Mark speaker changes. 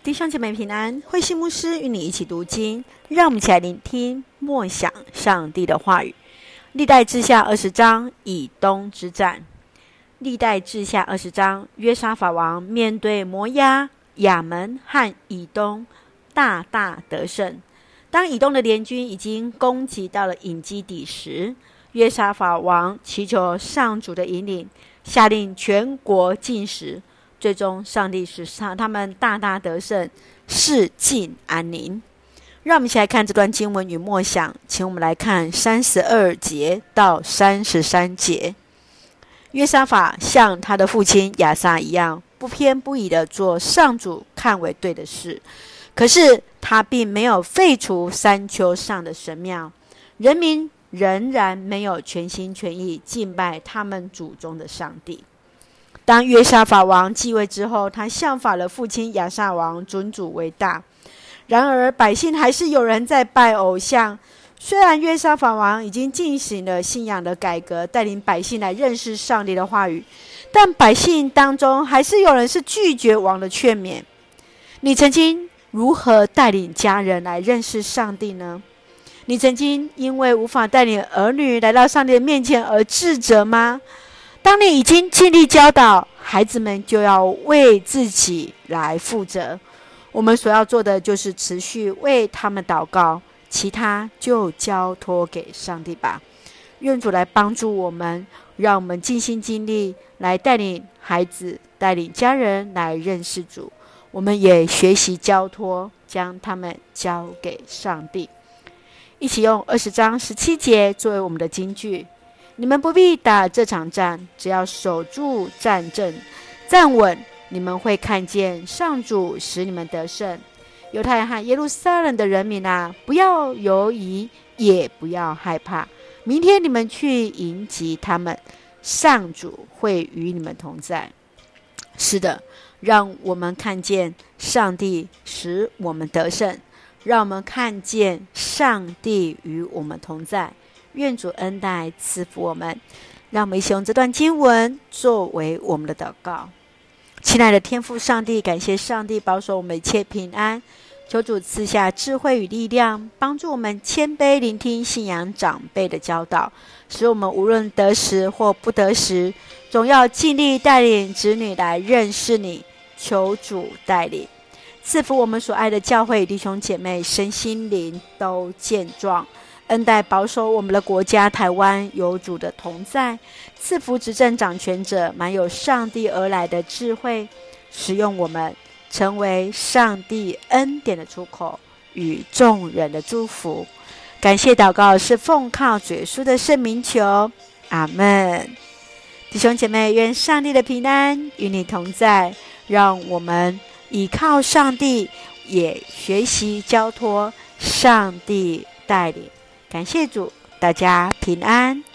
Speaker 1: 弟兄姐妹平安，慧馨牧师与你一起读经，让我们一起来聆听默想上帝的话语。历代志下20章，以东之战。历代志下20章，约沙法王面对摩押、亚门和以东，大大得胜。当以东的联军已经攻击到了隐基底时，约沙法王祈求上主的引领，下令全国禁食。最终上帝使他们大大得胜，世尽安宁。让我们一起来看这段经文与默想，请我们来看32节到33节。约沙法像他的父亲亚撒一样，不偏不倚地做上主看为对的事，可是他并没有废除山丘上的神庙，人民仍然没有全心全意敬拜他们祖宗的上帝。当约沙法王继位之后，他效法了父亲亚撒王，尊主为大。然而百姓还是有人在拜偶像。虽然约沙法王已经进行了信仰的改革，带领百姓来认识上帝的话语，但百姓当中还是有人是拒绝王的劝勉。你曾经如何带领家人来认识上帝呢？你曾经因为无法带领儿女来到上帝的面前而自责吗？当你已经尽力教导，孩子们就要为自己来负责。我们所要做的就是持续为他们祷告，其他就交托给上帝吧。愿主来帮助我们，让我们尽心尽力来带领孩子，带领家人来认识主。我们也学习交托，将他们交给上帝。一起用20章17节作为我们的金句。你们不必打这场战，只要守住战阵，站稳，你们会看见上主使你们得胜。犹太和耶路撒冷的人民啊，不要犹疑，也不要害怕。明天你们去迎击他们，上主会与你们同在。是的，让我们看见上帝使我们得胜，让我们看见上帝与我们同在。愿主恩待赐福我们，让我们一起用这段经文作为我们的祷告。亲爱的天父上帝，感谢上帝保守我们一切平安，求主赐下智慧与力量，帮助我们谦卑聆听信仰长辈的教导，使我们无论得时或不得时，总要尽力带领子女来认识你。求主带领赐福我们所爱的教会弟兄姐妹，身心灵都健壮，恩待保守我们的国家台湾有主的同在，赐福执政掌权者满有上帝而来的智慧，使用我们成为上帝恩典的出口与众人的祝福。感谢祷告是奉靠主耶稣的圣名求，阿们。弟兄姐妹，愿上帝的平安与你同在，让我们倚靠上帝，也学习交托上帝带领。感谢主，大家平安。